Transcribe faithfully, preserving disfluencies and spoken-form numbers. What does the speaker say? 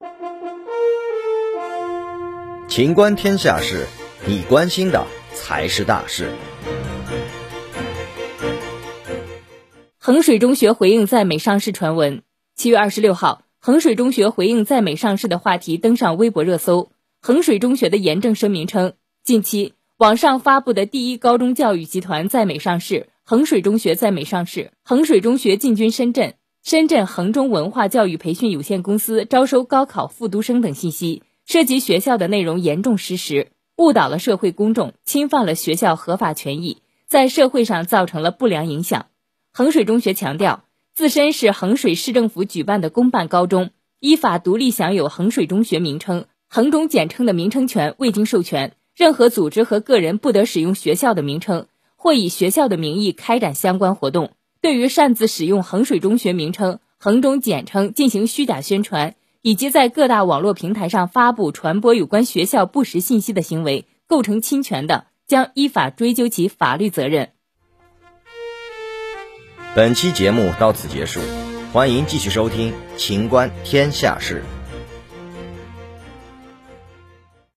情观天下事，你关心的才是大事。 衡水中学回应在美上市传闻。七月二十六号，衡水中学回应在美上市的话题登上微博热搜。衡水中学的严正声明称，近期网上发布的第一高中教育集团在美上市，衡水中学在美上市，衡水中学进军深圳，深圳衡中文化教育培训有限公司招收高考复读生等信息，涉及学校的内容严重失实，误导了社会公众，侵犯了学校合法权益，在社会上造成了不良影响。衡水中学强调，自身是衡水市政府举办的公办高中，依法独立享有衡水中学名称，衡中简称的名称权未经授权，任何组织和个人不得使用学校的名称，或以学校的名义开展相关活动。对于擅自使用衡水中学名称、衡中简称进行虚假宣传，以及在各大网络平台上发布传播有关学校不实信息的行为，构成侵权的，将依法追究其法律责任。 本期节目到此结束，欢迎继续收听《情观天下事》。